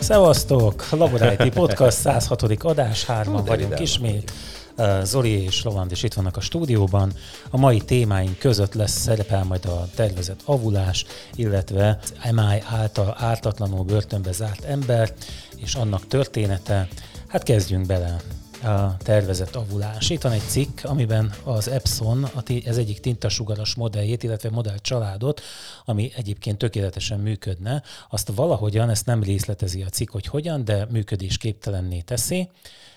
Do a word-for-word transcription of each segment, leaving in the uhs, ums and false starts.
Szevasztok! Labor i té Podcast száz hatodik adás, hárman vagyunk ismét. Zoli és Roland is itt vannak a stúdióban. A mai témáink között lesz szerepel majd a tervezett avulás, illetve em i által ártatlanul börtönbe zárt ember és annak története. Hát kezdjünk bele. A tervezett avulás. Itt van egy cikk, amiben az Epson, ez egyik tintasugaras modelljét, illetve modellcsaládot, ami egyébként tökéletesen működne, azt valahogyan, ezt nem részletezi a cikk, hogy hogyan, de működésképtelenné teszi.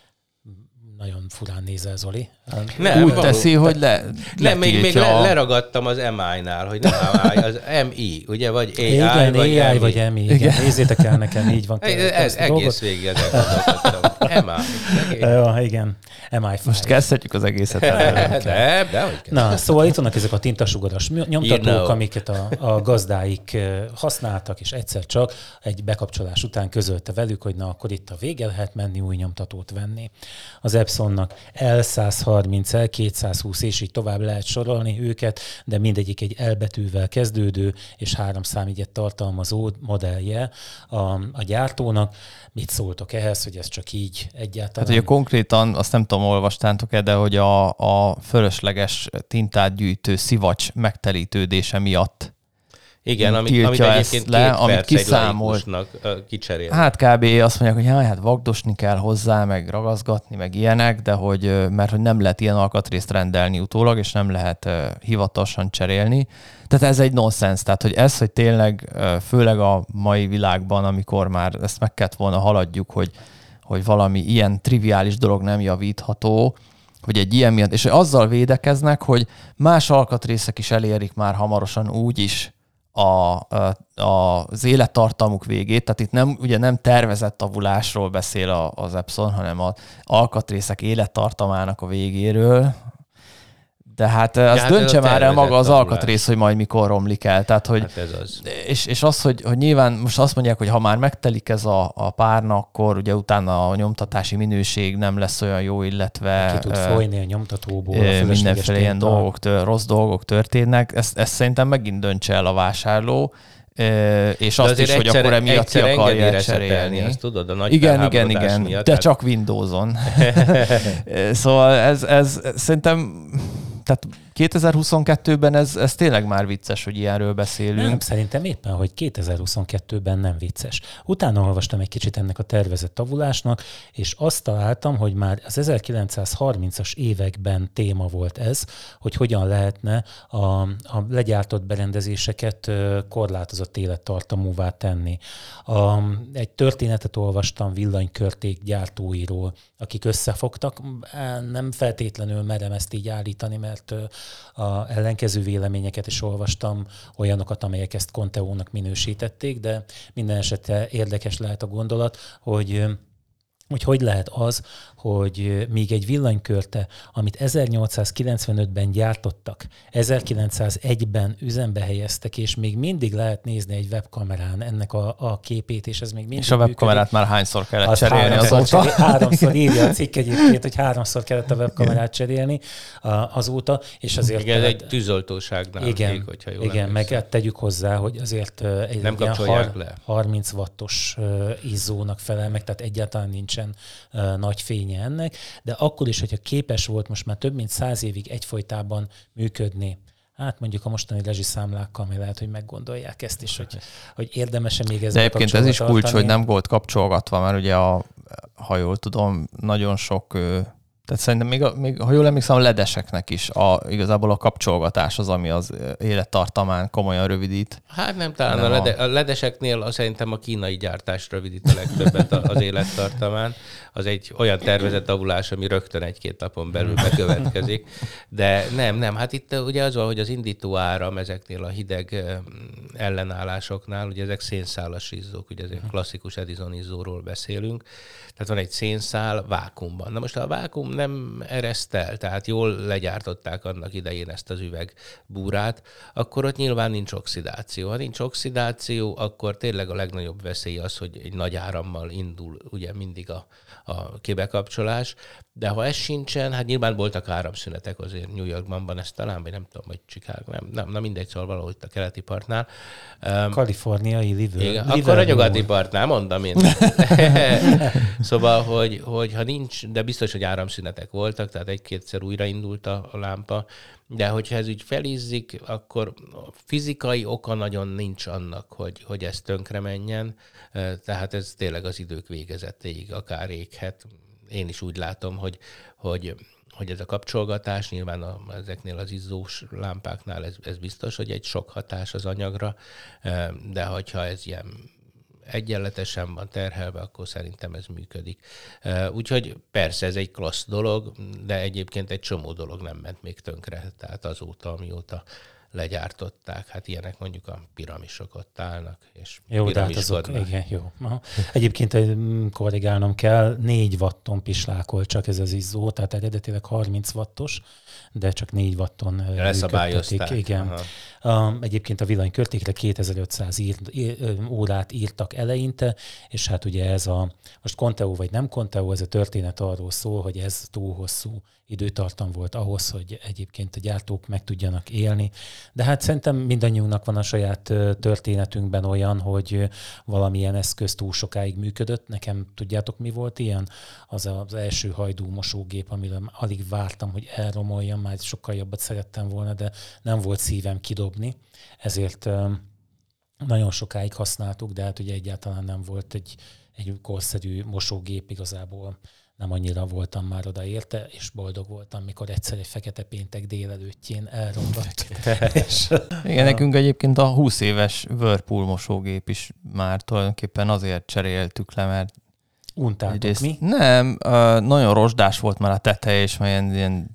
Nagyon furán nézel, Zoli. Nem, úgy való, teszi, hogy le, nem, még, még le, leragadtam az em i-nál, hogy nem em i, az em i, ugye, vagy á i, igen, vagy á i, vagy em i. Igen. Nézzétek el nekem, így van. Ez egész végig ezzel gondolkodtam. em i. Ja, igen. em i Most kezdhetjük az egészet el. De, de, hogy Na, szóval itt vannak ezek a tintasugaras nyomtatók, you know. amiket a, a gazdáik használtak, és egyszer csak egy bekapcsolás után közölte velük, hogy na, akkor itt a vége, lehet menni új nyomtatót venni. Az Epsonnak el száz harminc, el kétszázhúsz, és így tovább lehet sorolni őket, de mindegyik egy L betűvel kezdődő és három számjegyet tartalmazó modellje a, a gyártónak. Mit szóltok ehhez, hogy ez csak így egyáltalán? Hát ugye konkrétan, azt nem tudom, olvastátok-e, de hogy a, a fölösleges tintát gyűjtő szivacs megtelítődése miatt igen, amit, amit egyébként le, két amit perc kiszámolt, egy kicserél. Hát kb. Azt mondják, hogy hát, hát vagdosni kell hozzá, meg ragaszgatni, meg ilyenek, de hogy, mert hogy nem lehet ilyen alkatrészt rendelni utólag, és nem lehet uh, hivatalosan cserélni. Tehát ez egy nonsens. Tehát, hogy ez, hogy tényleg, uh, főleg a mai világban, amikor már ezt meg kellett volna haladjuk, hogy, hogy valami ilyen triviális dolog nem javítható, hogy egy ilyen miatt, és azzal védekeznek, hogy más alkatrészek is elérik már hamarosan úgy is, A, a, az élettartamuk végét, tehát itt nem, ugye nem tervezett avulásról beszél a, az Epson, hanem az alkatrészek élettartamának a végéről, de hát az ja, döntse hát már el maga az avulás. Alkatrész, hogy majd mikor romlik el. Tehát, hogy, hát ez az. És, és az, hogy, hogy nyilván most azt mondják, hogy ha már megtelik ez a, a párna, akkor ugye utána a nyomtatási minőség nem lesz olyan jó, illetve ki tud folyni a nyomtatóból. A mindenféle ilyen dolgok, rossz dolgok történnek. Ezt, ezt szerintem megint döntse el a vásárló, és de azt is, hogy akkor emiatt ki akarja cserélni. Azt tudod, a nagy igen, igen, igen, miatt, de hát... csak Windowson. Szóval ez, ez szerintem, tehát kétezer-huszonkettőben ez, ez tényleg már vicces, hogy ilyenről beszélünk. Nem, szerintem éppen, hogy kétezer-huszonkettőben nem vicces. Utána olvastam egy kicsit ennek a tervezett avulásnak, és azt találtam, hogy már az ezerkilencszázharmincas években téma volt ez, hogy hogyan lehetne a, a legyártott berendezéseket korlátozott élettartamúvá tenni. A, egy történetet olvastam villanykörték gyártóiról, akik összefogtak. Nem feltétlenül merem ezt így állítani, mert a ellenkező véleményeket is olvastam, olyanokat, amelyek ezt Conteónak minősítették, de minden esetre érdekes lehet a gondolat, hogy hogy hogy lehet az, hogy még egy villanykörte, amit ezernyolcszázkilencvenötben gyártottak, ezerkilencszázegyben üzembe helyeztek, és még mindig lehet nézni egy webkamerán ennek a, a képét, és ez még mindig És a webkamerát működik. Már hányszor kellett az cserélni azóta? Cserél, háromszor írja a cikk egyébként, hogy háromszor kellett a webkamerát cserélni azóta, és azért... Igen, ez egy tűzoltóságnál. Igen, még, hogyha jól igen meg tegyük hozzá, hogy azért egy nem kapcsolják le. harminc wattos izzónak felel meg, tehát egyáltalán nincsen uh, nagy fénye ennek, de akkor is, hogyha képes volt most már több mint száz évig egyfolytában működni, hát mondjuk a mostani rezsiszámlákkal, mi lehet, hogy meggondolják ezt is, hogy, hogy érdemes-e még ezzel. De egyébként ez is kulcs, tartani. Hogy nem volt kapcsolgatva, mert ugye, a, ha jól tudom, nagyon sok... Tehát szerintem még, a, még ha jól emlékszem, a ledeseknek is a, igazából a kapcsolgatás az, ami az élettartamán komolyan rövidít. Hát nem, talán a, lede, a ledeseknél szerintem a kínai gyártás rövidít a legtöbbet az élettartamán. Az egy olyan tervezett avulás, ami rögtön egy-két napon belül bekövetkezik. De nem, nem, hát itt ugye az van, hogy az indító áram ezeknél a hideg ellenállásoknál, ugye ezek szénszálas izzók, ugye ezek klasszikus Edison izzóról beszélünk. Tehát van egy szénszál vákuumban. Na most a vákuum nem eresztel, tehát jól legyártották annak idején ezt az üvegbúrát, akkor ott nyilván nincs oxidáció. Ha nincs oxidáció, akkor tényleg a legnagyobb veszély az, hogy egy nagy árammal indul ugye mindig a, a kibekapcsolás, de ha ez sincsen, hát nyilván voltak áramszünetek azért New Yorkban, van ez talán, vagy nem tudom, vagy Chicago, nem, nem, nem mindegy, szóval valahogy a keleti partnál, Kaliforniai liver. Igen, akkor a nyugati partnál, mondom én. Szóval, hogy, hogy ha nincs, de biztos, hogy áramszünetek voltak, tehát egy-kétszer újraindult a, a lámpa, de hogyha ez úgy felizzik, akkor fizikai oka nagyon nincs annak, hogy, hogy ez tönkre menjen, tehát ez tényleg az idők végezetéig akár éghet. Én is úgy látom, hogy, hogy hogy ez a kapcsolgatás, nyilván a, ezeknél az izzós lámpáknál ez, ez biztos, hogy egy sok hatás az anyagra, de hogyha ez ilyen egyenletesen van terhelve, akkor szerintem ez működik. Úgyhogy persze ez egy klassz dolog, de egyébként egy csomó dolog nem ment még tönkre, tehát azóta, amióta legyártották. Hát ilyenek mondjuk a piramisok ott állnak, és jó, de hát azok, igen, jó. Aha. Egyébként korrigálnom kell, négy watton pislákol csak ez az izzó, tehát eredetileg harminc wattos, de csak négy watton működtetik. Igen. Aha. Egyébként a villanykörtékre kétezer-ötszáz ír, órát írtak eleinte, és hát ugye ez a, most Conteo vagy nem Conteo, ez a történet arról szól, hogy ez túl hosszú időtartam volt ahhoz, hogy egyébként a gyártók meg tudjanak élni. De hát szerintem mindannyiunknak van a saját történetünkben olyan, hogy valamilyen eszköz túl sokáig működött. Nekem tudjátok, mi volt ilyen? Az az első hajdú mosógép, amire alig vártam, hogy elromoljam, már sokkal jobbat szerettem volna, de nem volt szívem kidobni. Ezért nagyon sokáig használtuk, de hát ugye egyáltalán nem volt egy, egy korszerű mosógép igazából. Nem annyira voltam már oda érte, és boldog voltam, mikor egyszer egy fekete péntek délelőttjén elromlott. és, igen, nekünk egyébként a húsz éves Whirlpool mosógép is már tulajdonképpen azért cseréltük le, mert untátok egyrészt, mi? Nem, nagyon rozsdás volt már a teteje, és már ilyen, ilyen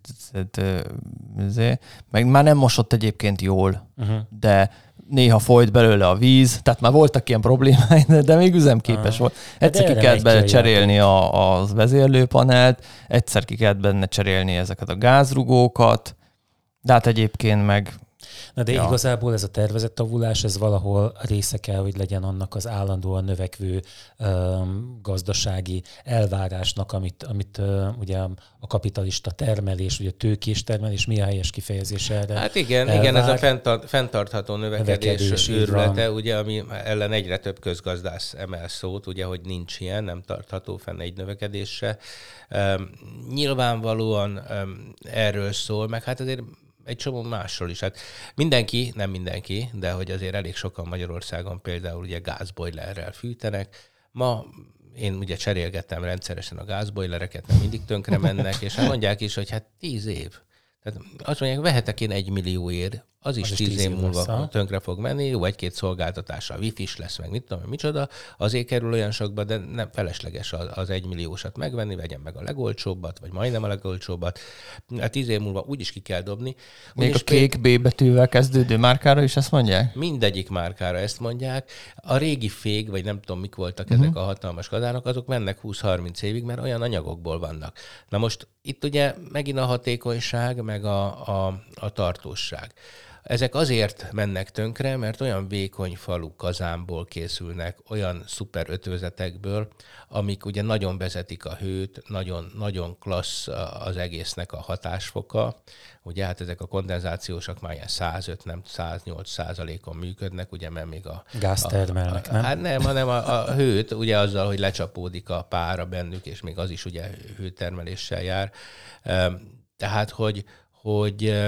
meg már nem mosott egyébként jól, uh-huh. de néha folyt belőle a víz, tehát már voltak ilyen problémái, de még üzemképes ah. volt. Egyszer ki kellett benne cserélni a, a vezérlőpanelt, egyszer ki kellett benne cserélni ezeket a gázrugókat, de hát egyébként meg... Na de ja. igazából ez a tervezett tavulás, ez valahol része kell, hogy legyen annak az állandóan növekvő um, gazdasági elvárásnak, amit, amit uh, ugye a kapitalista termelés, ugye a tőkés termelés, mi a helyes kifejezés erre? Hát igen, elvár. igen, ez a fenntart, fenntartható növekedés, növekedés őrülete, ugye, ami ellen egyre több közgazdász emel szót, ugye, hogy nincs ilyen, nem tartható fenn egy növekedésre. Um, nyilvánvalóan um, erről szól, meg hát azért egy csomó másról is. Hát mindenki, nem mindenki, de hogy azért elég sokan Magyarországon például ugye gázbojlerrel fűtenek. Ma én ugye cserélgettem rendszeresen a gázbojlereket, mert mindig tönkre mennek, és hát mondják is, hogy hát tíz év. Tehát azt mondják, vehetek én egy millióért, az is az tíz, tíz év múlva lesz, tönkre fog menni, jó, egy-két szolgáltatásra, wifi-s lesz, meg mit tudom, micsoda, azért kerül olyan sokba, de nem felesleges az, az egymilliósat megvenni, vegyem meg a legolcsóbbat, vagy majdnem a legolcsóbbat. Hát tíz év múlva úgyis ki kell dobni. Még a kék B betűvel kezdődő márkára is ezt mondják? Mindegyik márkára ezt mondják. A régi fég, vagy nem tudom, mik voltak uh-huh. ezek a hatalmas kazánok, azok mennek húsz-harminc évig, mert olyan anyagokból vannak. Na most itt ugye megint a hatékonyság, meg a, a, a tartóság. Ezek azért mennek tönkre, mert olyan vékony falu kazánból készülnek, olyan szuper ötvözetekből, amik ugye nagyon vezetik a hőt, nagyon, nagyon klassz az egésznek a hatásfoka. Ugye hát ezek a kondenzációsak már ilyen százöt, nem száznyolc százalékon működnek, ugye, mert még a... Gázt termelnek, nem? Hát nem, hanem a, a hőt, ugye azzal, hogy lecsapódik a pára bennük, és még az is ugye hőtermeléssel jár. Tehát, hogy, hogy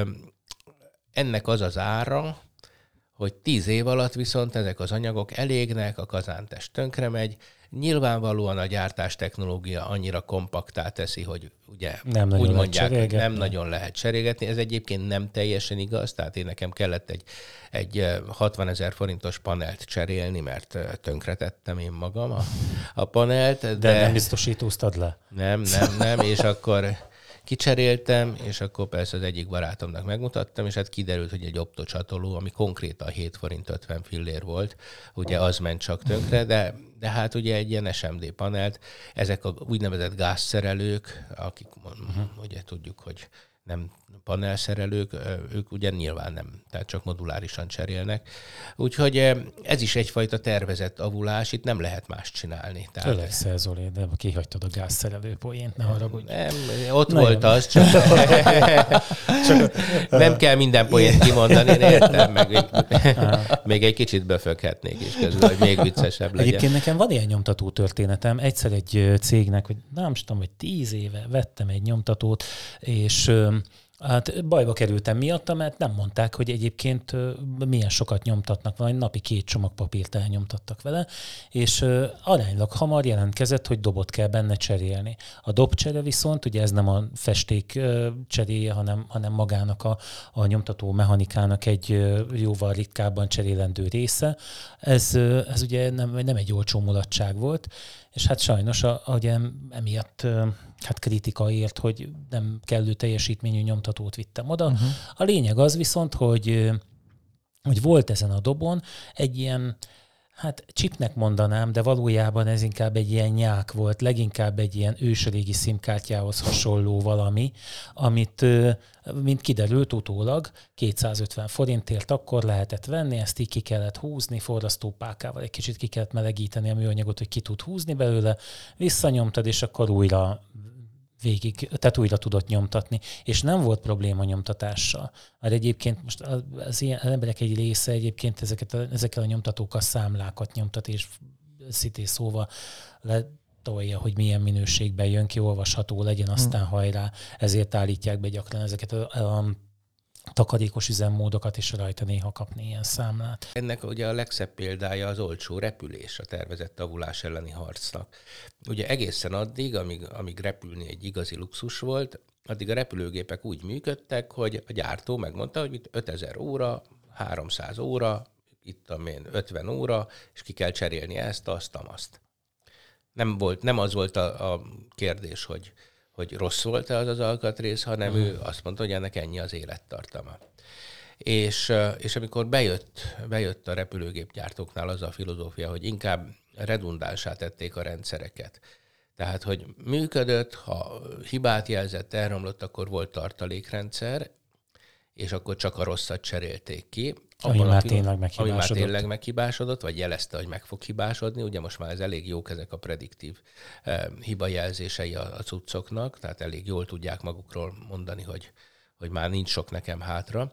ennek az az ára, hogy tíz év alatt viszont ezek az anyagok elégnek, a kazántest tönkre megy. Nyilvánvalóan a gyártás technológia annyira kompaktá teszi, hogy ugye nem úgy mondják, hogy nem nagyon lehet cserélgetni. Ez egyébként nem teljesen igaz, tehát én nekem kellett egy, egy hatvanezer forintos panelt cserélni, mert tönkretettem én magam a, a panelt. De, de nem biztosítóztad le? Nem, nem, nem, és akkor... kicseréltem, és akkor persze az egyik barátomnak megmutattam, és hát kiderült, hogy egy optocsatoló, ami konkrétan hét forint ötven fillér volt, ugye az ment csak tönkre, de, de hát ugye egy ilyen es em dé panelt, ezek a úgynevezett gázszerelők, akik uh-huh. ugye tudjuk, hogy nem panelszerelők, ők ugye nyilván nem, tehát csak modulárisan cserélnek. Úgyhogy ez is egyfajta tervezett avulás, itt nem lehet más csinálni. Tényleg Zoli, de kihagytad a gázszerelő poént, ne haragudj. Nem, ott Na volt jön. az, csak, csak nem kell minden poént kimondani, én értem, meg még, még egy kicsit beföghetnék is közül, hogy még viccesebb legyen. Egyébként nekem van ilyen nyomtató történetem. Egyszer egy cégnek, hogy nem tudom, hogy tíz éve vettem egy nyomtatót, és hát bajba kerültem miatta, mert nem mondták, hogy egyébként milyen sokat nyomtatnak, vagy napi két csomag papírt elnyomtattak vele, és aránylag hamar jelentkezett, hogy dobot kell benne cserélni. A dobcsere viszont, ugye ez nem a festék cseréje, hanem, hanem magának a, a nyomtató mechanikának egy jóval ritkábban cserélendő része. Ez, ez ugye nem, nem egy olcsó mulatság volt, és hát sajnos a, a, ugye emiatt hát kritika ért, hogy nem kellő teljesítményű nyomtatót vittem oda. Uh-huh. A lényeg az viszont, hogy, hogy volt ezen a dobon egy ilyen, hát chipnek mondanám, de valójában ez inkább egy ilyen nyák volt, leginkább egy ilyen ősrégi szimkártyához hasonló valami, amit, mint kiderült utólag, kétszázötven forintért akkor lehetett venni, ezt így ki kellett húzni, forrasztópálkával egy kicsit ki kellett melegíteni a műanyagot, hogy ki tud húzni belőle, visszanyomtad, és akkor újra végig, tehát újra tudott nyomtatni, és nem volt probléma nyomtatással. Mert egyébként most az ilyen az emberek egy része egyébként ezeket a, ezekkel a nyomtatókkal számlákat nyomtat, és szité szóval letolja, hogy milyen minőségben jön ki, olvasható legyen, aztán hajrá. Ezért állítják be gyakran ezeket a, a takarékos üzemmódokat, és rajta néha kapni ilyen számlát. Ennek ugye a legszebb példája az olcsó repülés, a tervezett tavulás elleni harcnak. Ugye egészen addig, amíg, amíg repülni egy igazi luxus volt, addig a repülőgépek úgy működtek, hogy a gyártó megmondta, hogy itt ötezer óra, háromszáz óra, itt amén ötven óra, és ki kell cserélni ezt, azt, azt. Nem, volt, nem az volt a, a kérdés, hogy hogy rossz volt-e az az alkatrész, hanem hmm. ő azt mondta, hogy ennek ennyi az élettartama. És, és amikor bejött, bejött a repülőgépgyártóknál az a filozófia, hogy inkább redundánsá tették a rendszereket. Tehát, hogy működött, ha hibát jelzett, elromlott, akkor volt tartalékrendszer, és akkor csak a rosszat cserélték ki. Ami már, tényleg ami már tényleg meghibásodott, vagy jelezte, hogy meg fog hibásodni. Ugye most már ez elég jók ezek a prediktív eh, hibajelzései a, a cuccoknak, tehát elég jól tudják magukról mondani, hogy, hogy már nincs sok nekem hátra.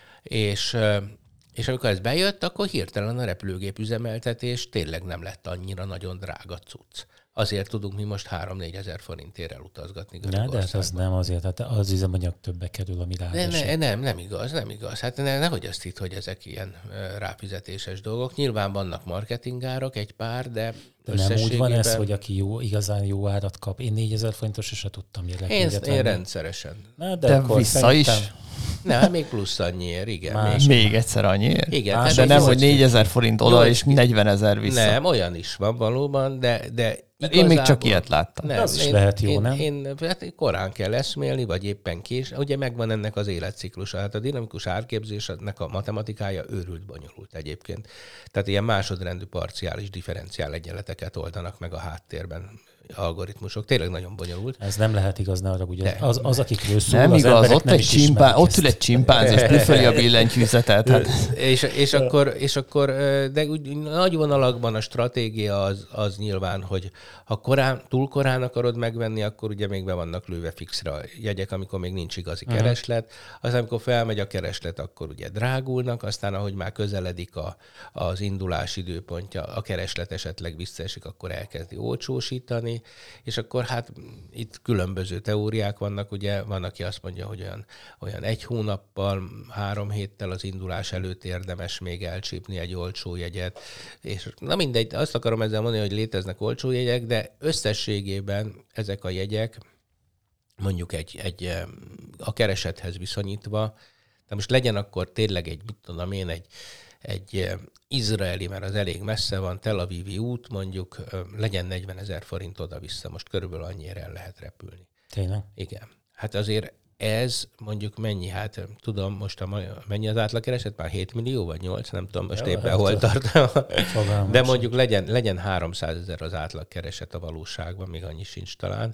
És, eh, és amikor ez bejött, akkor hirtelen a repülőgép üzemeltetés tényleg nem lett annyira nagyon drága cucc. Azért tudunk mi most három-négy ezer forintért elutazgatni Görögországba. De hát az nem azért, hát az üzemanyag többe kerül, ami rá ne, ne, Nem, nem igaz, nem igaz. Hát ne, nehogy azt hitt, hogy ezek ilyen ráfizetéses dolgok. Nyilván vannak marketingárak, egy pár, de De nem úgy van ez, hogy aki jó, igazán jó árat kap. Én négyezer forintos se tudtam jelentkezni. Én, én rendszeresen. Na, de, de vissza szerintem... is? Nem, még plusz annyiért, igen. Más, még, még egyszer annyiért? Igen. Más, de nem, hogy négyezer forint oda, és negyvenezer vissza. Nem, olyan is van valóban, de, de igazából, én még csak ilyet láttam. Nem, az is én, lehet jó, én, nem? Én, hát korán kell eszmélni, vagy éppen kés. Ugye megvan ennek az életciklusa. Hát a dinamikus árképzésnek a matematikája őrült bonyolult egyébként. Tehát ilyen másodrendű parciális differenciál egyenleteket oldanak meg a háttérben algoritmusok. Tényleg nagyon bonyolult. Ez nem lehet igaz, ne arra, ugye az, az, akikről szól, nem az igaz, ott, nem egy csimpán, ott ül egy csimpánz, és prüfeli a billentyűzetet. Hát. és, és, akkor, és akkor, de úgy nagy vonalakban a stratégia az, az nyilván, hogy ha korán, túl korán akarod megvenni, akkor ugye még be vannak lőve fixre a jegyek, amikor még nincs igazi uh-huh. kereslet. Aztán, amikor felmegy a kereslet, akkor ugye drágulnak, aztán ahogy már közeledik a, az indulás időpontja, a kereslet esetleg visszaesik, akkor elkezdi olcsósítani, és akkor hát itt különböző teóriák vannak, ugye van, aki azt mondja, hogy olyan, olyan egy hónappal, három héttel az indulás előtt érdemes még elcsípni egy olcsó jegyet, és na mindegy, azt akarom ezzel mondani, hogy léteznek olcsó jegyek, de összességében ezek a jegyek mondjuk egy, egy a keresethez viszonyítva, de most legyen akkor tényleg egy, mit tudom én, egy egy izraeli, mert az elég messze van, Tel Avivi út, mondjuk legyen negyvenezer forint oda-vissza, most körülbelül annyira el lehet repülni. Tényleg? Igen. Hát azért ez mondjuk mennyi, hát tudom, most a, mennyi az átlagkereset? Már hét millió vagy nyolc, nem tudom, most ja, éppen hát hol tartom. De mondjuk legyen, legyen háromszázezer az átlagkereset a valóságban, még annyi sincs talán.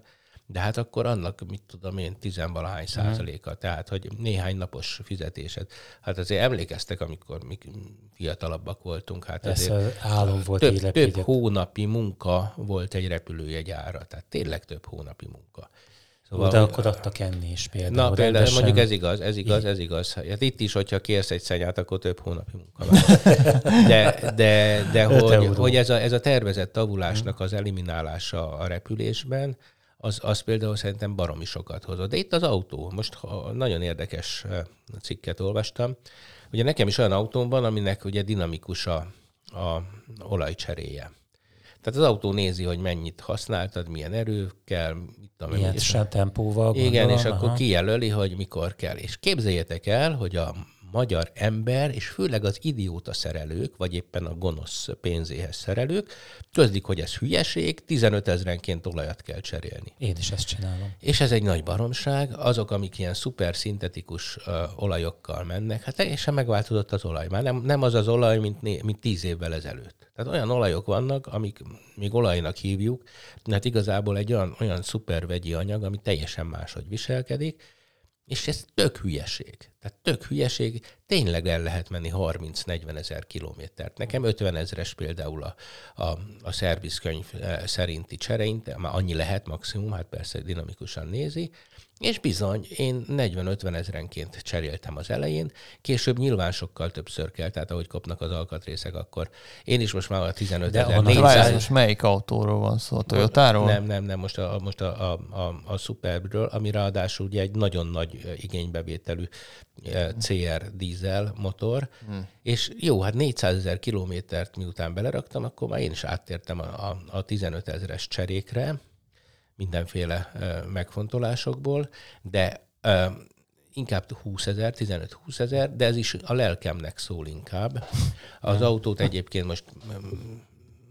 de hát akkor annak, mit tudom én, tizenvalahány százaléka, tehát, hogy néhány napos fizetésed. Hát azért emlékeztek, amikor mi fiatalabbak voltunk, hát ez azért álom volt több, több hónapi munka volt egy repülőjegyára, tehát tényleg több hónapi munka. Szóval, de akkor adtak enni is például. Na például rendesen... mondjuk ez igaz, ez igaz, ez igaz. Hát itt is, hogyha kérsz egy szenyát, akkor több hónapi munka van. De, de, de hogy, hogy ez, a, ez a tervezett tavulásnak az eliminálása a repülésben, az, az például szerintem baromi sokat hozott. De itt az autó. Most nagyon érdekes cikket olvastam. Ugye nekem is olyan autóm van, aminek ugye dinamikus a, a olajcseréje. Tehát az autó nézi, hogy mennyit használtad, milyen erő kell. Milyen tempóval. Igen, gondolom, és aha. akkor kijelöli, hogy mikor kell. És képzeljétek el, hogy a magyar ember, és főleg az idióta szerelők, vagy éppen a gonosz pénzéhez szerelők, közlik, hogy ez hülyeség, tizenöt ezrenként olajat kell cserélni. Én is ezt csinálom. És ez egy nagy baromság. Azok, amik ilyen szuper szintetikus uh, olajokkal mennek, hát teljesen megváltozott az olaj. Már nem, nem az az olaj, mint, né, mint tíz évvel ezelőtt. Tehát olyan olajok vannak, amik még olajnak hívjuk, mert igazából egy olyan, olyan szuper vegyi anyag, ami teljesen máshogy viselkedik, és ez tök hülyeség. Tehát tök hülyeség, tényleg el lehet menni harminc-negyven ezer kilométert. Nekem ötven ezres például a, a, a szervizkönyv szerinti csereint, már annyi lehet maximum, hát persze dinamikusan nézi, és bizony, én negyven-ötven ezrenként cseréltem az elején, később nyilván sokkal többször kell, tehát ahogy kopnak az alkatrészek, akkor én is most már a tizenöt ezer négyszáz... Most melyik autóról van szó? A Toyotáról? Nem, nem, nem, most a, most a, a, a, a Superbről, ami ráadásul ugye egy nagyon nagy igénybevételű cé er dízel motor, hmm. és jó, hát négyszázezer kilométert miután beleraktam, akkor már én is áttértem a, a, a tizenöt ezres cserékre, mindenféle uh, megfontolásokból, de uh, inkább húszezer, tizenöt-húsz ezer, de ez is a lelkemnek szól inkább. Az autót egyébként most um,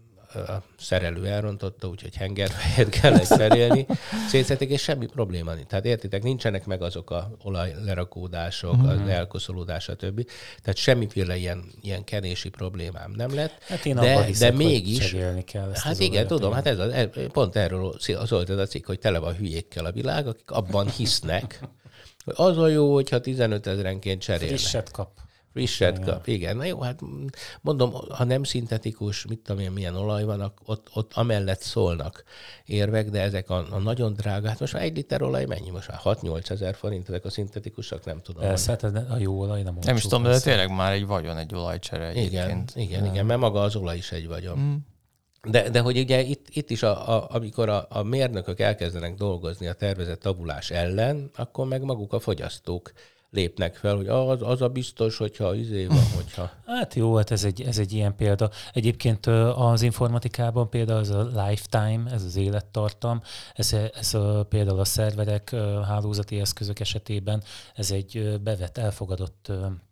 a szerelő elrontotta, úgyhogy hengerfejet kellett szerelni. Szétszették, és semmi probléma nincs. Tehát értitek, nincsenek meg azok a olajlerakódások, mm-hmm. az elkoszolódás, stb. Tehát semmiféle ilyen, ilyen kenési problémám nem lett. Hát én de, hiszek, de mégis... kell ezt hát igen, tudom, hát ez a, pont erről szólt ez a cikk, hogy tele van hülyékkel a világ, akik abban hisznek, hogy az a jó, hogyha tizenöt ezrenként cserélnek. Frisset kap. Frisset kap, igen. Na jó, hát mondom, ha nem szintetikus, mit tudom én, milyen olaj van, ott, ott amellett szólnak érvek, de ezek a, a nagyon drága, hát most már egy liter olaj mennyi? Most már hat-nyolc ezer forint, ezek a szintetikusak, nem tudom. Persze, hát a jó olaj nem Nem is tudom, de tényleg már egy vagyon, egy olajcsere egyébként. Igen, igen, igen, mert maga az olaj is egy vagyon. Mm. De, de hogy ugye itt, itt is, a, a, amikor a, a mérnökök elkezdenek dolgozni a tervezett tavulás ellen, akkor meg maguk a fogyasztók lépnek fel, hogy az, az a biztos, hogyha izé van, hogyha... Hát jó, hát ez egy, ez egy ilyen példa. Egyébként az informatikában például ez a lifetime, ez az élettartam, ez, ez a, például a szerverek, hálózati eszközök esetében ez egy bevett, elfogadott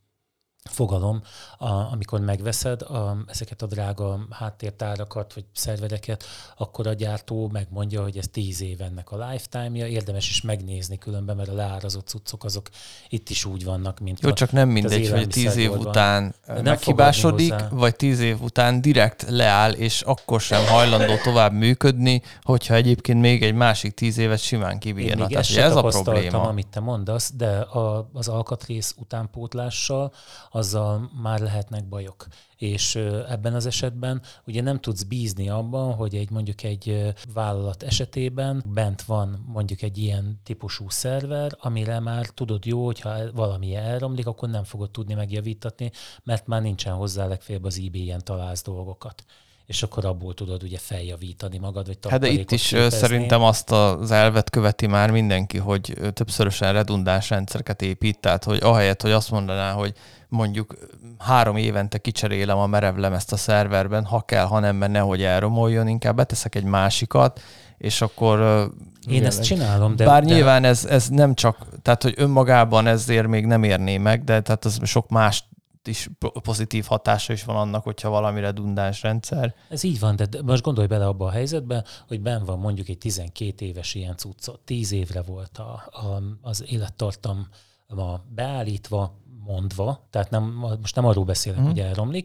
fogalom, a, amikor megveszed a, ezeket a drága háttértárakat, vagy szervereket, akkor a gyártó megmondja, hogy ez tíz év ennek a lifetime-ja, érdemes is megnézni különben, mert a leárazott cuccok azok itt is úgy vannak, mint jó, a, csak nem mindegy, hogy tíz év után van. meghibásodik, vagy tíz év után direkt leáll, és akkor sem hajlandó tovább működni, hogyha egyébként még egy másik tíz évet simán kibírna. Tehát ez a probléma. Amit te mondasz, de a, az alkatrész utánpótlással azzal már lehetnek bajok. És ebben az esetben ugye nem tudsz bízni abban, hogy egy mondjuk egy vállalat esetében bent van mondjuk egy ilyen típusú szerver, amire már tudod jó, hogyha valami elromlik, akkor nem fogod tudni megjavítatni, mert már nincsen hozzá, legfeljebb az eBay-en találsz dolgokat. És akkor abból tudod ugye feljavítani magad, vagy hát de itt is képezni. Szerintem azt az elvet követi már mindenki, hogy többszörösen redundáns rendszereket épít, tehát hogy ahelyett, hogy azt mondaná, hogy mondjuk három évente kicserélem a merevlemezt a szerverben, ha kell, ha nem, mert nehogy elromoljon, inkább beteszek egy másikat, és akkor... Én igen, ezt csinálom, de... Bár de... nyilván ez, ez nem csak, tehát hogy önmagában ezért még nem érné meg, de tehát az sok más is pozitív hatása is van annak, hogyha valami redundáns rendszer. Ez így van, de most gondolj bele abba a helyzetbe, hogy benn van mondjuk egy tizenkét éves ilyen cuccot, tíz évre volt a, a, az élettartam a beállítva, mondva, tehát nem, most nem arról beszélek, hmm. hogy elromlik,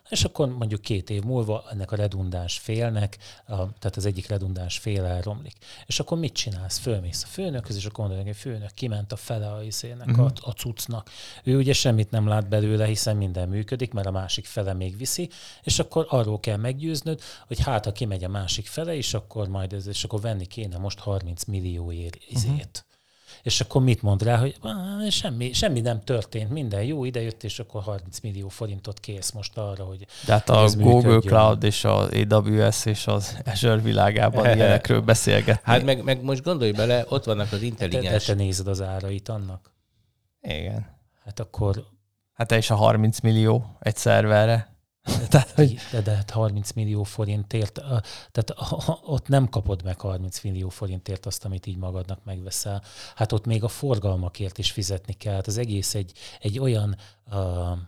És akkor mondjuk két év múlva ennek a redundáns félnek, a, tehát az egyik redundáns fél elromlik. És akkor mit csinálsz? Fölmész a főnökhöz, és akkor mondod, hogy főnök kiment a fele a izének, uh-huh. a, a cuccnak. Ő ugye semmit nem lát belőle, hiszen minden működik, mert a másik fele még viszi, és akkor arról kell meggyőznöd, hogy hát, ha kimegy a másik fele, és akkor majd ez, és akkor venni kéne most harminc millióért izét. Uh-huh. És akkor mit mond rá, hogy semmi, semmi nem történt, minden jó, idejött, és akkor harminc millió forintot kész most arra, hogy de hát a Google működjön. Cloud és az á dupla vé es és az Azure világában ilyenekről beszélgetni. Hát meg, meg most gondolj bele, ott vannak az intelligens... Te, te nézed az árait annak? Igen. Hát akkor... Hát te is a harminc millió egy szerverre. Tehát, hogy... de, de hát harminc millió forintért, tehát ott nem kapod meg harminc millió forintért azt, amit így magadnak megveszel. Hát ott még a forgalmakért is fizetni kell. Hát az egész egy, egy olyan uh,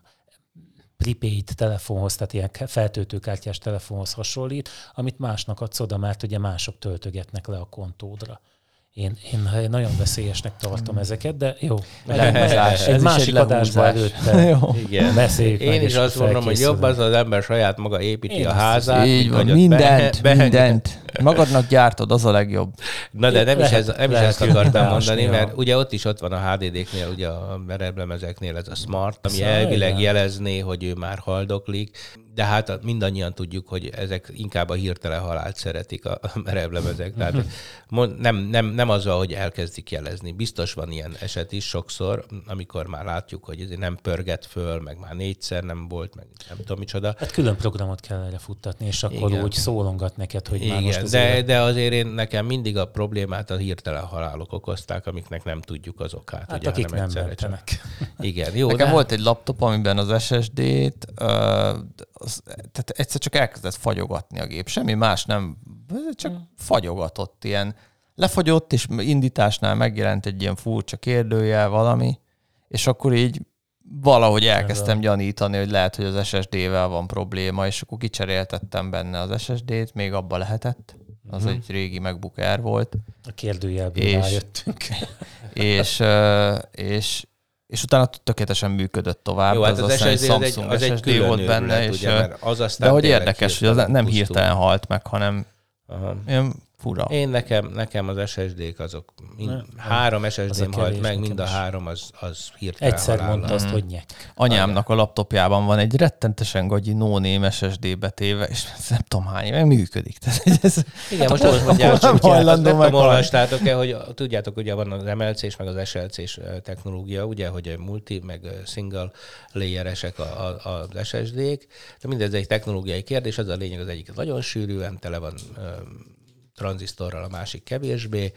prepaid telefonhoz, tehát ilyen feltöltőkártyás telefonhoz hasonlít, amit másnak adsz oda, mert ugye mások töltögetnek le a kontódra. Én, én nagyon veszélyesnek tartom mm. ezeket, de jó. Lehúzás. Egy másik adásban előtte beszéljük Én is azt mondom, hogy jobb az az ember saját maga építi én a házát. Így van, mindent, be, mindent. Magadnak gyártod, az a legjobb. Na de nem is, ez, nem is ezt akartam mondani, mert ugye ott is ott van a há dé dé-knél, ugye a mereblemezeknél ez a smart, ami szóval elvileg igen. jelezné, hogy ő már haldoklik, de hát mindannyian tudjuk, hogy ezek inkább a hirtelen halált szeretik a mereblemezek. Tehát nem, nem, nem azzal, hogy elkezdik jelezni. Biztos van ilyen eset is sokszor, amikor már látjuk, hogy ez nem pörget föl, meg már négyszer nem volt, meg nem tudom micsoda. Hát külön programot kell erre futtatni, és akkor igen. úgy szólongat neked, hogy igen, már most de, élet... de azért én nekem mindig a problémát a hirtelen halálok okozták, amiknek nem tudjuk az okát. Hát ugye, akik nem mentenek. Igen, jó. Nekem de... volt egy laptop, amiben az es es dé-t, uh, az, tehát egyszer csak elkezdett fagyogatni a gép. Semmi más nem, csak hmm. fagyogatott ilyen. Lefagyott, és indításnál megjelent egy ilyen furcsa kérdőjel valami, és akkor így valahogy elkezdtem gyanítani, hogy lehet, hogy az es es dé-vel van probléma, és akkor kicseréltettem benne az es es dé-t, még abba lehetett. Az hmm. egy régi MacBook Air volt. A kérdőjelből és, rájöttünk. És, és, és utána tökéletesen működött tovább. Jó, hát az, az es es dé az egy, az egy külön volt benne, és, ugye, az aztán de hogy érdekes, hogy az nem pusztul. Hirtelen halt meg, hanem aha. ilyen fura. Én nekem, nekem az es es dé-k azok, mind, ne, három es es dé-m halt meg, mind a három az, az hirtelen egyszer halál. mondta azt, hogy nyek. Anyámnak a laptopjában van egy rettentesen gagyi no-name es es dé betéve, és nem tudom hány éve működik. Ez, igen, most azt mondják, hogy nem tudom, olvastátok-e, hogy tudjátok, ugye van az em el cés, meg az es el cés technológia, ugye, hogy multi, meg single layeresek az es es dé-k, de mindez egy technológiai kérdés, az a lényeg, az egyik nagyon sűrűen tele van tranzisztorral, a másik kevésbé,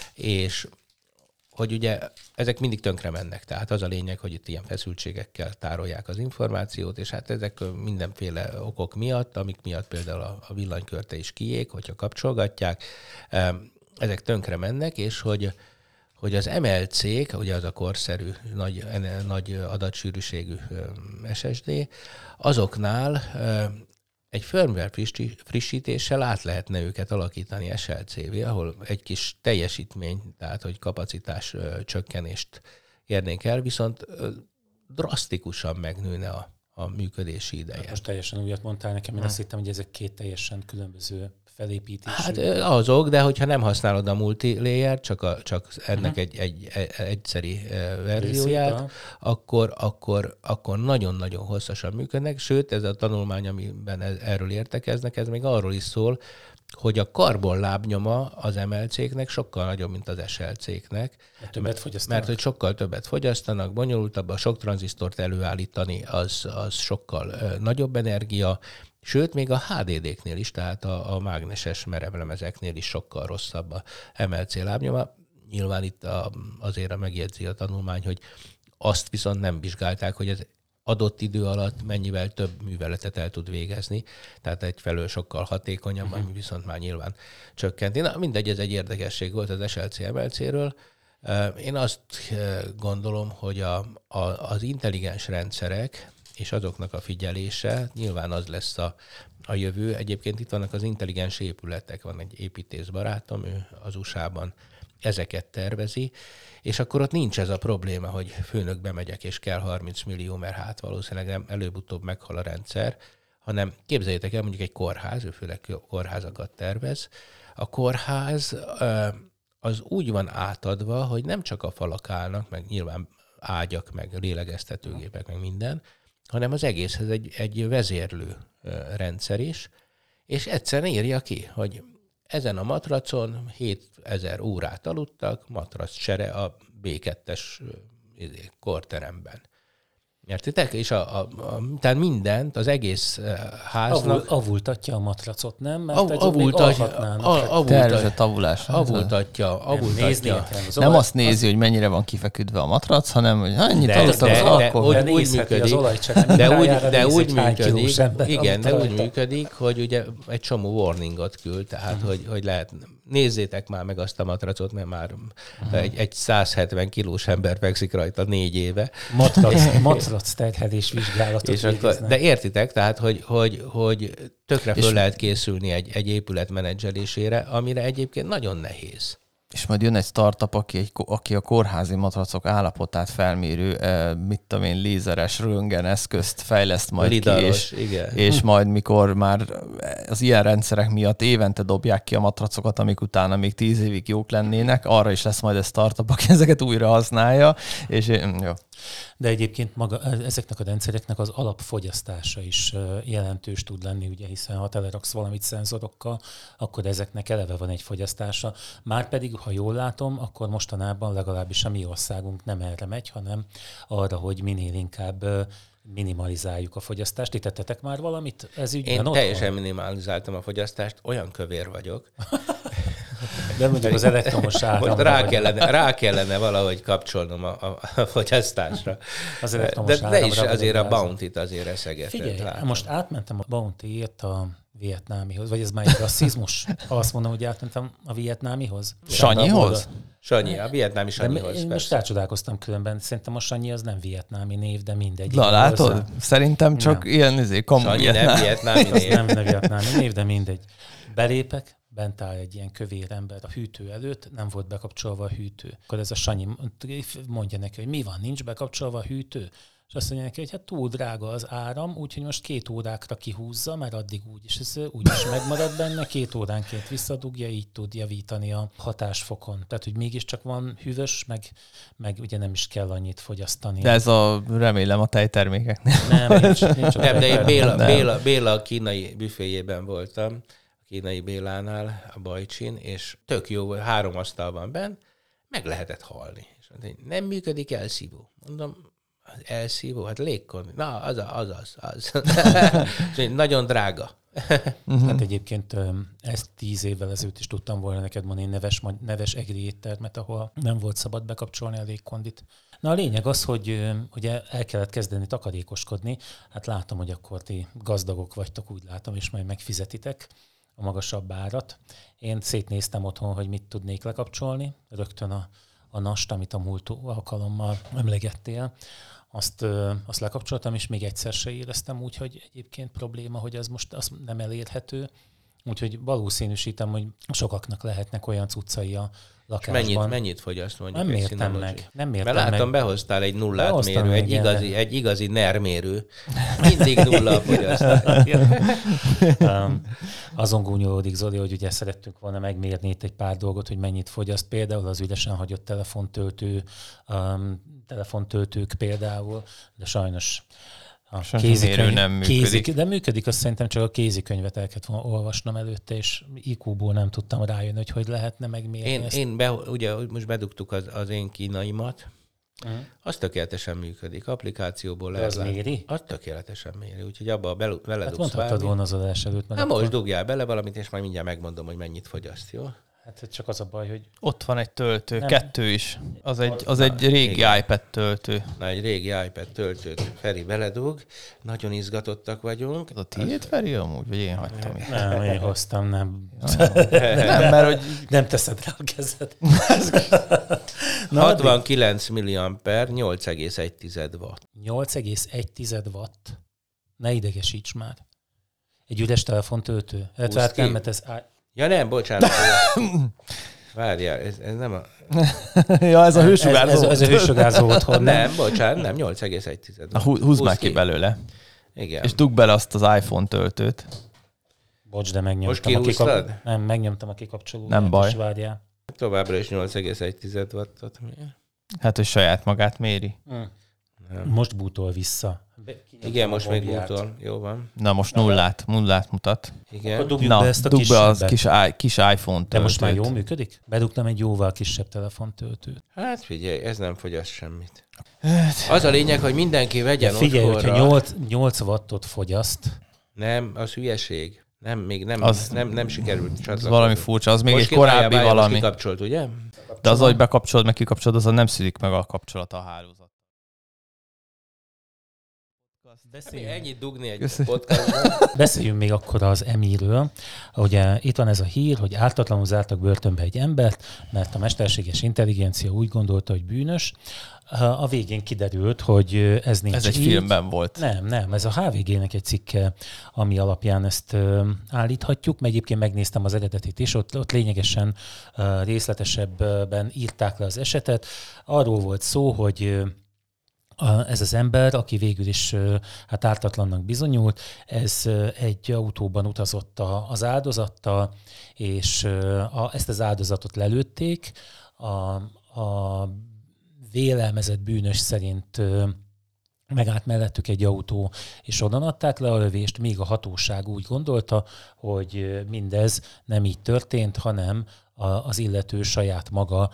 és hogy ugye ezek mindig tönkre mennek. Tehát az a lényeg, hogy itt ilyen feszültségekkel tárolják az információt, és hát ezek mindenféle okok miatt, amik miatt például a villanykörte is kiég, hogyha kapcsolgatják, ezek tönkre mennek, és hogy, hogy az em el cé-k, ugye az a korszerű, nagy, nagy adatsűrűségű es es dé, azoknál egy firmware frissítéssel át lehetne őket alakítani es el cé-vé, ahol egy kis teljesítmény, tehát hogy kapacitás csökkenést érnénk el, viszont drasztikusan megnőne a, a működési ideje. Hát most teljesen újat mondtál nekem, én hmm. azt hittem, hogy ezek két teljesen különböző felépítésű. Hát azok, de hogyha nem használod a multi-layer, csak, a, csak ennek egy, egy, egy egyszeri verzióját, akkor, akkor, akkor nagyon-nagyon hosszasan működnek, sőt, ez a tanulmány, amiben erről értekeznek, ez még arról is szól, hogy a karbonlábnyoma az em el cé-knek sokkal nagyobb, mint az es el cé-knek. Többet fogyasztanak. Mert hogy sokkal többet fogyasztanak, bonyolultabb, a sok tranzisztort előállítani, az, az sokkal uh, nagyobb energia, sőt, még a há dé dé-knél is, tehát a, a mágneses merevlemezeknél is sokkal rosszabb a em el cé lábnyoma. Nyilván itt a, azért megjegyzi a tanulmány, hogy azt viszont nem vizsgálták, hogy ez adott idő alatt mennyivel több műveletet el tud végezni, tehát egyfelől sokkal hatékonyabb, uh-huh. ami viszont már nyilván csökkenti. Na mindegy, ez egy érdekesség volt az es el cé em el cé-ről. Én azt gondolom, hogy a, a, az intelligens rendszerek és azoknak a figyelése nyilván az lesz a, a jövő. Egyébként itt vannak az intelligens épületek, van egy építészbarátom, ő az u es á-ban ezeket tervezi, és akkor ott nincs ez a probléma, hogy főnök bemegyek, és kell harminc millió, mert hát valószínűleg előbb-utóbb meghal a rendszer, hanem képzeljétek el mondjuk egy kórház, ő főleg kórházakat tervez. A kórház az úgy van átadva, hogy nem csak a falak állnak, meg nyilván ágyak, meg lélegeztetőgépek, meg minden, hanem az egészhez egy, egy vezérlő rendszer is, és egyszerűen írja ki, hogy ezen a matracon hétezer órát aludtak, matrac csere a bé kettes kórteremben. Értitek? És a, a, a, tehát mindent, az egész háznak... Avul, avultatja a matracot, nem? Mert Av, avultatja, a, tervezett avulás. Avultatja, avultatja. Nem az azt nézi, az... hogy mennyire van kifeküdve a matrac, hanem hogy annyit aludtam az alkohol. De úgy működik, de úgy, de úgy működik, igen, de úgy működik, hogy ugye egy csomó warningot küld, tehát uh-huh. hogy, hogy lehet, nézzétek már meg azt a matracot, mert már uh-huh. egy, egy száz hetven kilós ember fekszik rajta négy éve. Matrac, matrac terhelés vizsgálatot végeznek. De értitek, tehát, hogy, hogy, hogy tökre föl lehet készülni egy, egy épület menedzselésére, amire egyébként nagyon nehéz. És majd jön egy startup, aki, egy, aki a kórházi matracok állapotát felmérő, eh, mit tudom én, lézeres röntgen eszközt fejleszt majd Lidaros, ki, és, igen. és majd mikor már az ilyen rendszerek miatt évente dobják ki a matracokat, amik utána még tíz évig jók lennének, arra is lesz majd egy startup, aki ezeket újra használja, és jó. De egyébként maga, ezeknek a rendszereknek az alapfogyasztása is jelentős tud lenni, ugye, hiszen ha teleraksz valamit szenzorokkal, akkor ezeknek eleve van egy fogyasztása. Márpedig, ha jól látom, akkor mostanában legalábbis a mi országunk nem erre megy, hanem arra, hogy minél inkább minimalizáljuk a fogyasztást. Ti tettetek már valamit ez ügyben? Én otthon? teljesen minimalizáltam a fogyasztást, olyan kövér vagyok. De mondjuk az elektromos áramra. Rá kellene, rá kellene valahogy kapcsolnom a, a, a fogyasztásra. Az elektromos De, de is azért a Bounty-t azért eszegetett. Figyelj, látom. Most átmentem a Bounty-ért a vietnámihoz, vagy ez már egy rasszizmus? Azt mondom, hogy átmentem a vietnámihoz. Sanyihoz? Sanyi, a vietnámi Sanyihoz. Én most rácsodálkoztam különben. Szerintem a Sanyi az nem vietnámi név, de mindegy. Na, látod? Hozzá. Szerintem csak nem. ilyen izé, kamu Sanyi vietnám. nem vietnámi név. Nem, nem vietnámi név, de mindegy. Belépek, bent áll egy ilyen kövér ember a hűtő előtt, nem volt bekapcsolva a hűtő. Akkor ez a Sanyi mondja neki, hogy mi van, nincs bekapcsolva a hűtő? És azt mondja neki, hogy hát túl drága az áram, úgyhogy most két órákra kihúzza, mert addig úgyis, ez úgyis megmarad benne, két óránként visszadugja, így tud javítani a hatásfokon. Tehát, hogy mégiscsak van hűvös, meg, meg ugye nem is kell annyit fogyasztani. De ez a, remélem a tejtermékeknél. Nem, nincs, nincs a nem, de én Béla, Béla, Béla a kínai büféjében voltam, a kínai Bélánál, a Bajcsin, és tök jó, három asztal van benn, meg lehetett halni. És mondta, nem működik elszívó. Mondom, az elszívó, hát légkondi. Na, az az, az, az. Nagyon drága. Hát egyébként ezt tíz évvel ezelőtt is tudtam volna neked mondani neves, neves egri éttermet, ahol nem volt szabad bekapcsolni a légkondit. Na a lényeg az, hogy ugye el kellett kezdeni takarékoskodni. Hát látom, hogy akkor ti gazdagok vagytok, úgy látom, és majd megfizetitek a magasabb árat. Én szétnéztem otthon, hogy mit tudnék lekapcsolni. Rögtön a, a nast, amit a múlt alkalommal emlegettél, azt, azt lekapcsoltam, és még egyszer se éreztem úgy, hogy egyébként probléma, hogy ez most az nem elérhető. Úgyhogy valószínűsítem, hogy sokaknak lehetnek olyan cuccai a lakásban. Mennyit, mennyit fogyaszt mondjuk? Nem mértem meg. Nem mértem Mert látom, meg. behoztál egy nullát Behoztam mérő, egy igazi, egy igazi NER mérő. Mindig nulla a fogyasztás. um, azon gúnyolódik Zoli, hogy ugye szerettünk volna megmérni itt egy pár dolgot, hogy mennyit fogyaszt. Például az üresen hagyott telefontöltő, um, telefontöltők például, de sajnos a kézikönyv, nem működik. Kézi, de működik, azt szerintem csak a kézikönyvet el kellett volna olvasnom előtte, és í kú-ból nem tudtam rájönni, hogy hogy lehetne megmérni én, ezt. Én be, ugye most bedugtuk az, az én kínaimat, uh-huh. az tökéletesen működik. Applikációból lehet. Az méri? Az tökéletesen méri, úgyhogy abba bele, bele hát dugsz mondhattad bármi. volna az adás előtt. Hát akkor... most dugjál bele valamit, és majd mindjárt megmondom, hogy mennyit fogyaszt, jó? Hát csak az a baj, hogy... Ott van egy töltő, nem. kettő is. Az egy, az Na, egy régi igen. iPad töltő. Na, egy régi iPad töltőt Feri beledug. Nagyon izgatottak vagyunk. Az a tiéd, Feri, amúgy? Vagy én hagytam itt? Nem, én hoztam, nem. Nem, mert hogy... Nem teszed rá a kezed. hatvankilenc milliamper, nyolc egész egy watt. nyolc egész egy watt. Ne idegesíts már. Egy üres telefontöltő. Hát, hát nem, mert ez... Ja nem, bocsánat. Várjál, ez, ez nem a... ja, ez a hősugárzó. Ez, ez, ez a hősugárzó otthon. Nem, bocsánat, nem, nyolc egész egy watt. Húzd már ki belőle. Igen. És dug bele azt az iPhone töltőt. Bocs, de megnyomtam. Most kihúztad? A, nem, megnyomtam a kikapcsolót. Nem baj. És várjál. Továbbra is nyolc egész egy wattot. Hát, hogy saját magát méri. Hmm. Most bútol vissza. Igen, most még bútol. Jó van. Na most nullát, nullát mutat. Igen. Na, be ezt a dug be az kis, kis iPhone töltőt. De most már jól működik? Bedugtam egy jóval kisebb telefontöltőt. Hát figyelj, ez nem fogyaszt semmit. Az a lényeg, hogy mindenki vegyen de figyelj, otthonra. hogyha nyolc wattot fogyaszt. Nem, az hülyeség. Nem, még nem, az, nem, nem sikerült csatlakozni. Valami furcsa, az még most egy korábbi bájjá, valami. Most kikapcsolt, ugye? De az, hogy bekapcsolod, meg kikapcsolod, azon nem szűnik meg a kapcsolata a hálózat. Beszéljünk. Ennyit dugni egy podcastban. Beszéljünk még akkor az Emiről. Ugye itt van ez a hír, hogy ártatlanul zártak börtönbe egy embert, mert a mesterséges intelligencia úgy gondolta, hogy bűnös. A végén kiderült, hogy ez nincs Ez egy így. filmben volt. Nem, nem, ez a há vé gének egy cikke, ami alapján ezt állíthatjuk. Meg egyébként megnéztem az eredetit is, ott, ott lényegesen részletesebben írták le az esetet. Arról volt szó, hogy ez az ember, aki végül is hát ártatlannak bizonyult, ez egy autóban utazott az áldozattal, és a, ezt az áldozatot lelőtték. A, a vélelmezett bűnös szerint megállt mellettük egy autó, és onnan adták le a lövést, míg a hatóság úgy gondolta, hogy mindez nem így történt, hanem az illető saját maga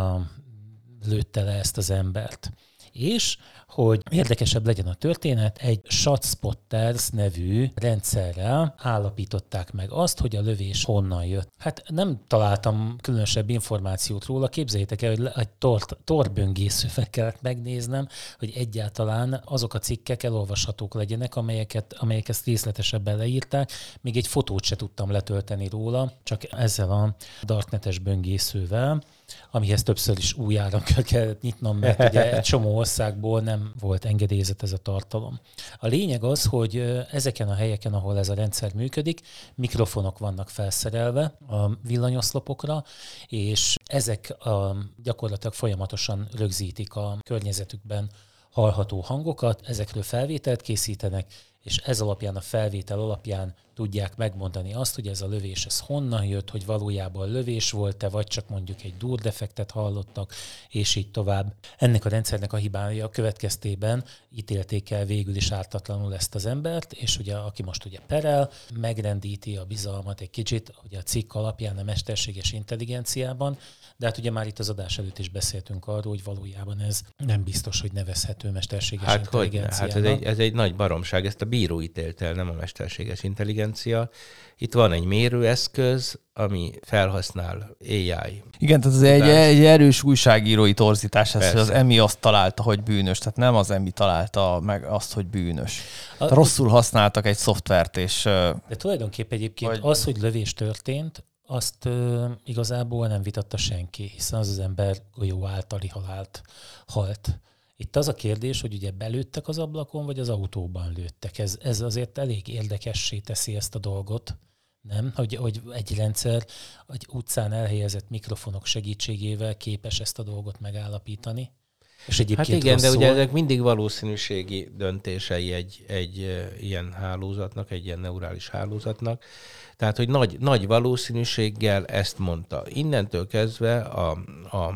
lőtte le ezt az embert. És hogy érdekesebb legyen a történet, egy ShotSpotters nevű rendszerrel állapították meg azt, hogy a lövés honnan jött. Hát nem találtam különösebb információt róla, képzeljétek el, hogy egy tor- torböngészővel kellett megnéznem, hogy egyáltalán azok a cikkek elolvashatók legyenek, amelyeket, amelyek ezt részletesebben leírták. Még egy fotót se tudtam letölteni róla, csak ezzel a darknetes böngészővel, amihez többször is új áramkör kellett nyitnom, mert ugye egy csomó országból nem volt engedélyezett ez a tartalom. A lényeg az, hogy ezeken a helyeken, ahol ez a rendszer működik, mikrofonok vannak felszerelve a villanyoszlopokra, és ezek a, gyakorlatilag folyamatosan rögzítik a környezetükben hallható hangokat, ezekről felvételt készítenek, és ez alapján, a felvétel alapján tudják megmondani azt, hogy ez a lövés ez honnan jött, hogy valójában lövés volt-e, vagy csak mondjuk egy dúrdefektet hallottak, és így tovább. Ennek a rendszernek a hibája következtében ítélték el végül is ártatlanul ezt az embert, és ugye aki most ugye perel, megrendíti a bizalmat egy kicsit, ugye a cikk alapján a mesterséges intelligenciában, de hát ugye már itt az adás előtt is beszéltünk arról, hogy valójában ez nem biztos, hogy nevezhető mesterséges hát intelligenciának. Hát ez egy, ez egy nagy baromság, ezt a bíró ítélte el, nem a mesterséges intelligencia. Itt van egy mérőeszköz, ami felhasznál á i. Igen, tehát ez egy, egy erős újságírói torzítás, ez, hogy az Emi azt találta, hogy bűnös, tehát nem az Emi találta meg azt, hogy bűnös. A, rosszul használtak egy szoftvert, és... De tulajdonképpen egyébként vagy... az, hogy lövés történt, azt uh, igazából nem vitatta senki, hiszen az az ember golyó általi halált halt. Itt az a kérdés, hogy ugye belőttek az ablakon, vagy az autóban lőttek. Ez, ez azért elég érdekessé teszi ezt a dolgot, nem? Hogy, hogy egy rendszer egy utcán elhelyezett mikrofonok segítségével képes ezt a dolgot megállapítani. És hát igen, de ugye ezek mindig valószínűségi döntései egy, egy e, ilyen hálózatnak, egy ilyen neurális hálózatnak. Tehát, hogy nagy, nagy valószínűséggel ezt mondta. Innentől kezdve a, a,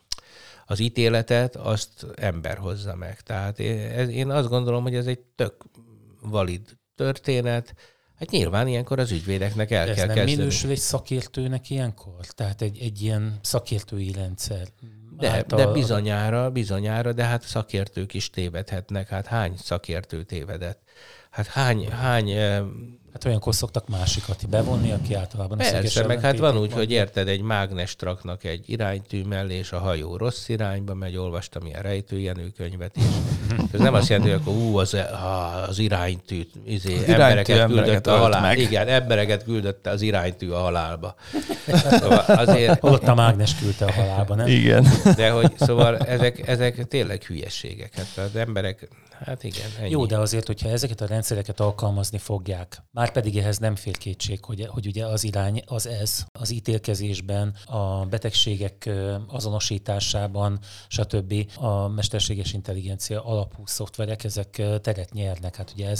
az ítéletet azt ember hozza meg. Tehát én, én azt gondolom, hogy ez egy tök valid történet. Hát nyilván ilyenkor az ügyvédeknek el de kell kezdeni. kezdeni. Ez nem minősül egy szakértőnek ilyenkor? Tehát egy, egy ilyen szakértői rendszer? De, de bizonyára, bizonyára, de hát szakértők is tévedhetnek. Hát hány szakértő tévedett? Hát hány... hány hát olyankor szoktak másikat bevonni, aki általában a persze, meg hát van úgy, hogy érted, egy mágnest raknak egy iránytű mellé, és a hajó rossz irányba megy, olvastam ilyen Rejtőjenő könyvet is. Ez nem azt jelenti, hogy akkor ú, az, az iránytű, izé, az embereket iránytű küldötte a halálba. Igen, embereket küldötte az iránytű a halálba. Szóval azért... Ott a mágnes küldte a halálba, nem? Igen. De hogy szóval ezek, ezek tényleg hülyeségek. Hát az emberek, hát igen, ennyi. Jó, de azért, hogyha ezeket a rendszereket alkalmazni fogják, már pedig ehhez nem fér kétség, hogy, hogy ugye az irány az ez, az ítélkezésben, a betegségek azonosításában, stb. A mesterséges intelligencia alapú szoftverek, ezek teret nyernek. Hát ugye ez a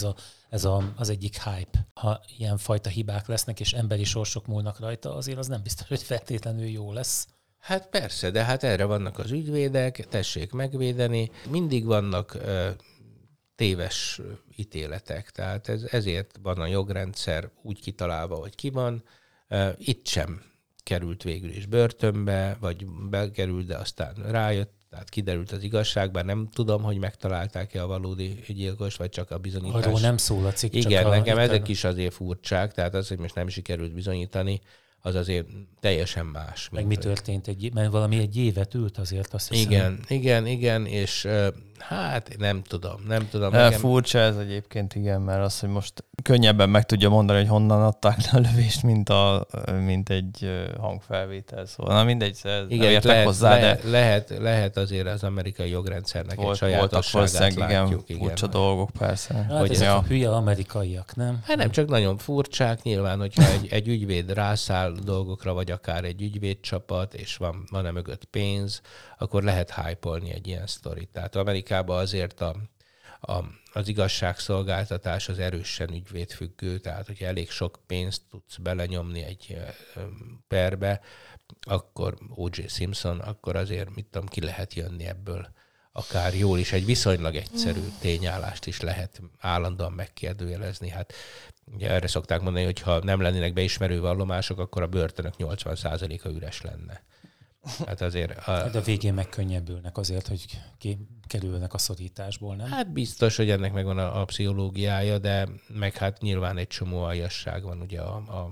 ez a, az egyik hype. Ha ilyen fajta hibák lesznek, és emberi sorsok múlnak rajta, azért az nem biztos, hogy feltétlenül jó lesz. Hát persze, de hát erre vannak az ügyvédek, tessék megvédeni. Mindig vannak uh, téves ítéletek, tehát ez, ezért van a jogrendszer úgy kitalálva, hogy ki van. Uh, itt sem került végül is börtönbe, vagy bekerült, de aztán rájött, tehát kiderült az igazság, bár nem tudom, hogy megtalálták-e a valódi gyilkos, vagy csak a bizonyítás. Arról nem szól a cikk. Igen, csak nekem a... ezek is azért furcsák, tehát az, hogy most nem sikerült bizonyítani, az azért teljesen más. Meg mi történt? Egy, mert valami egy évet ült azért, azt hiszem. Igen, igen, igen, és hát nem tudom, nem tudom. Nekem... Furcsa ez egyébként, igen, mert az, hogy most könnyebben meg tudja mondani, hogy honnan adták le a lövést, mint, a, mint egy hangfelvétel. Szóval na mindegy, ez igen, nem értek lehet, hozzá, lehet, de... Lehet, lehet azért az amerikai jogrendszernek volt, egy sajátosságát látjuk. Igen, furcsa dolgok persze. Hát hogy ezek ja. a hülye amerikaiak, nem? Hát nem, csak nagyon furcsák. Nyilván, hogyha egy, egy ügyvéd rászáll dolgokra, vagy akár egy ügyvédcsapat, és van, van-e mögött pénz, akkor lehet hype-olni egy ilyen sztorit. Tehát Amerikában azért a, a, az igazságszolgáltatás az erősen ügyvédfüggő, tehát hogyha elég sok pénzt tudsz belenyomni egy perbe, akkor o jé Simpson, akkor azért, mit tudom, ki lehet jönni ebből akár jól is. Egy viszonylag egyszerű tényállást is lehet állandóan megkérdőjelezni. Hát ugye erre szokták mondani, hogy ha nem lennének beismerő vallomások, akkor a börtönök nyolcvan százaléka üres lenne. Hát azért... A... De a végén megkönnyebbülnek azért, hogy kerülnek a szorításból, nem? Hát biztos, hogy ennek megvan a, a pszichológiája, de meg hát nyilván egy csomó aljasság van ugye a, a,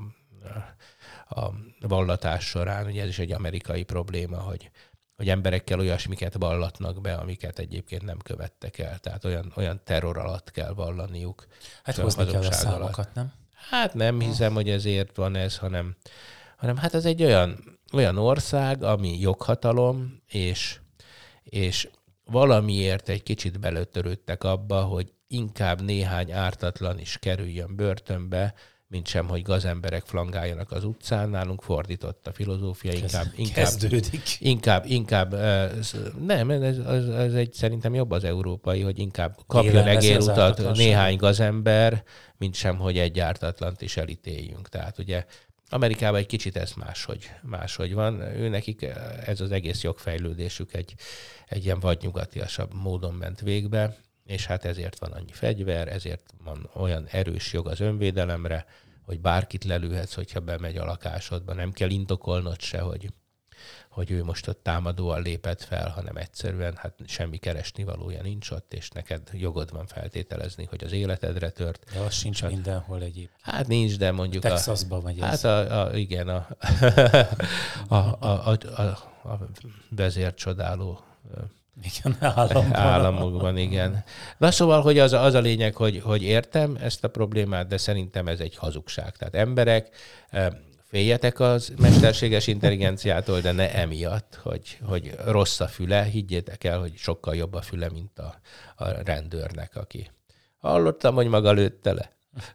a vallatás során. Ugye ez is egy amerikai probléma, hogy hogy emberekkel olyasmiket vallatnak be, amiket egyébként nem követtek el. Tehát olyan, olyan terror alatt kell vallaniuk. Hát hozni kell a számokat, nem? Hát nem hiszem, hogy ezért van ez, hanem, hanem hát ez egy olyan, olyan ország, ami joghatalom, és, és valamiért egy kicsit belőtörődtek abba, hogy inkább néhány ártatlan is kerüljön börtönbe, mint sem, hogy gazemberek flangáljanak az utcán. Nálunk fordított a filozófia, inkább... inkább Kezdődik. Inkább, inkább nem, ez, ez, ez egy szerintem jobb az európai, hogy inkább kapjon egérutat néhány gazember, mint sem, hogy egy ártatlant is elítéljünk. Tehát ugye Amerikában egy kicsit ez máshogy, máshogy van. Ő nekik ez az egész jogfejlődésük egy, egy ilyen vadnyugatiasabb módon ment végbe, és hát ezért van annyi fegyver, ezért van olyan erős jog az önvédelemre, hogy bárkit lelőhetsz, hogyha bemegy a lakásodba. Nem kell indokolnod se, hogy, hogy ő most ott támadóan lépett fel, hanem egyszerűen hát semmi keresni valója nincs ott, és neked jogod van feltételezni, hogy az életedre tört. De az sincs hát, mindenhol egyéb. Hát nincs, de mondjuk... Texasban vagy hát ez. Hát a, a, igen, a, a, a, a, a, a vezércsodáló igen, államban. államokban, igen. Na szóval, hogy az, az a lényeg, hogy, hogy értem ezt a problémát, de szerintem ez egy hazugság. Tehát emberek, féljetek az mesterséges intelligenciától, de ne emiatt, hogy, hogy rossz a füle. Higgyétek el, hogy sokkal jobb a füle, mint a, a rendőrnek, aki hallottam, hogy maga lőtte le.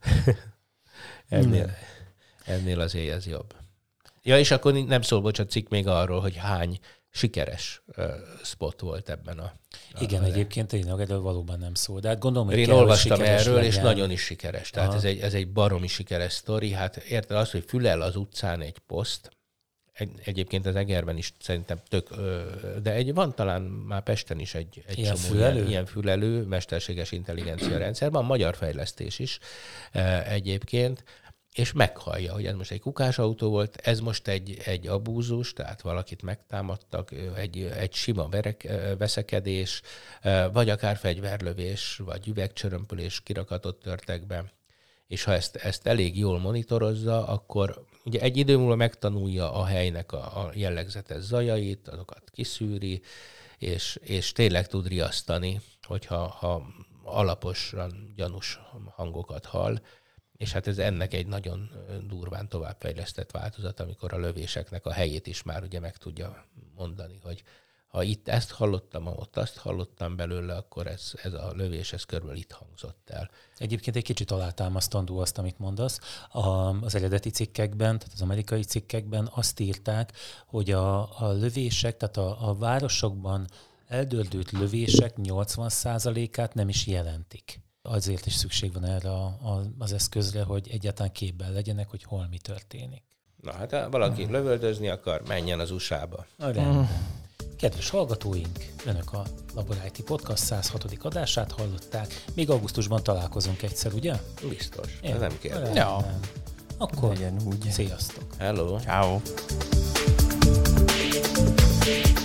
ennél, ennél azért ez jobb. Ja, és akkor nem szól, bocsánat, cikk még arról, hogy hány sikeres uh, spot volt ebben a... Igen, a, egyébként tényleg erről valóban nem szól. De hát gondolom, hogy én kell, olvastam hogy erről, legyen. És nagyon is sikeres. Tehát ez egy, ez egy baromi sikeres sztori. Hát érted azt, hogy fülel az utcán egy poszt, egy, egyébként az Egerben is szerintem tök, de egy, van talán már Pesten is egy, egy ilyen csomó fülelő? Ilyen, ilyen fülelő, mesterséges intelligencia rendszer. Van magyar fejlesztés is egyébként, és meghallja, hogy ez most egy kukásautó volt, ez most egy, egy abúzus, tehát valakit megtámadtak, egy, egy sima verek, veszekedés, vagy akár fegyverlövés, vagy üvegcsörömpölés kirakatot törtek be, és ha ezt, ezt elég jól monitorozza, akkor ugye egy idő múlva megtanulja a helynek a, a jellegzetes zajait, azokat kiszűri, és, és tényleg tud riasztani, hogyha ha alaposan gyanús hangokat hall. És hát ez ennek egy nagyon durván továbbfejlesztett változat, amikor a lövéseknek a helyét is már ugye meg tudja mondani, hogy ha itt ezt hallottam, ha ott azt hallottam belőle, akkor ez, ez a lövés, ez körülbelül itt hangzott el. Egyébként egy kicsit alátámasztandó azt, amit mondasz. A, az eredeti cikkekben, tehát az amerikai cikkekben azt írták, hogy a, a lövések, tehát a, a városokban eldördült lövések nyolcvan százalékát nem is jelentik. Azért is szükség van erre a, a, az eszközre, hogy egyáltalán képben legyenek, hogy hol mi történik. Na hát, ha valaki lövöldözni akar, menjen az u es á-ba. Rendben. Kedves hallgatóink, Önök a Labor i té Podcast száz hatodik adását hallották. Még augusztusban találkozunk egyszer, ugye? Biztos. Én, Ez nem kérdés. Ja. Akkor Legyen úgy. sziasztok! Hello. Ciao.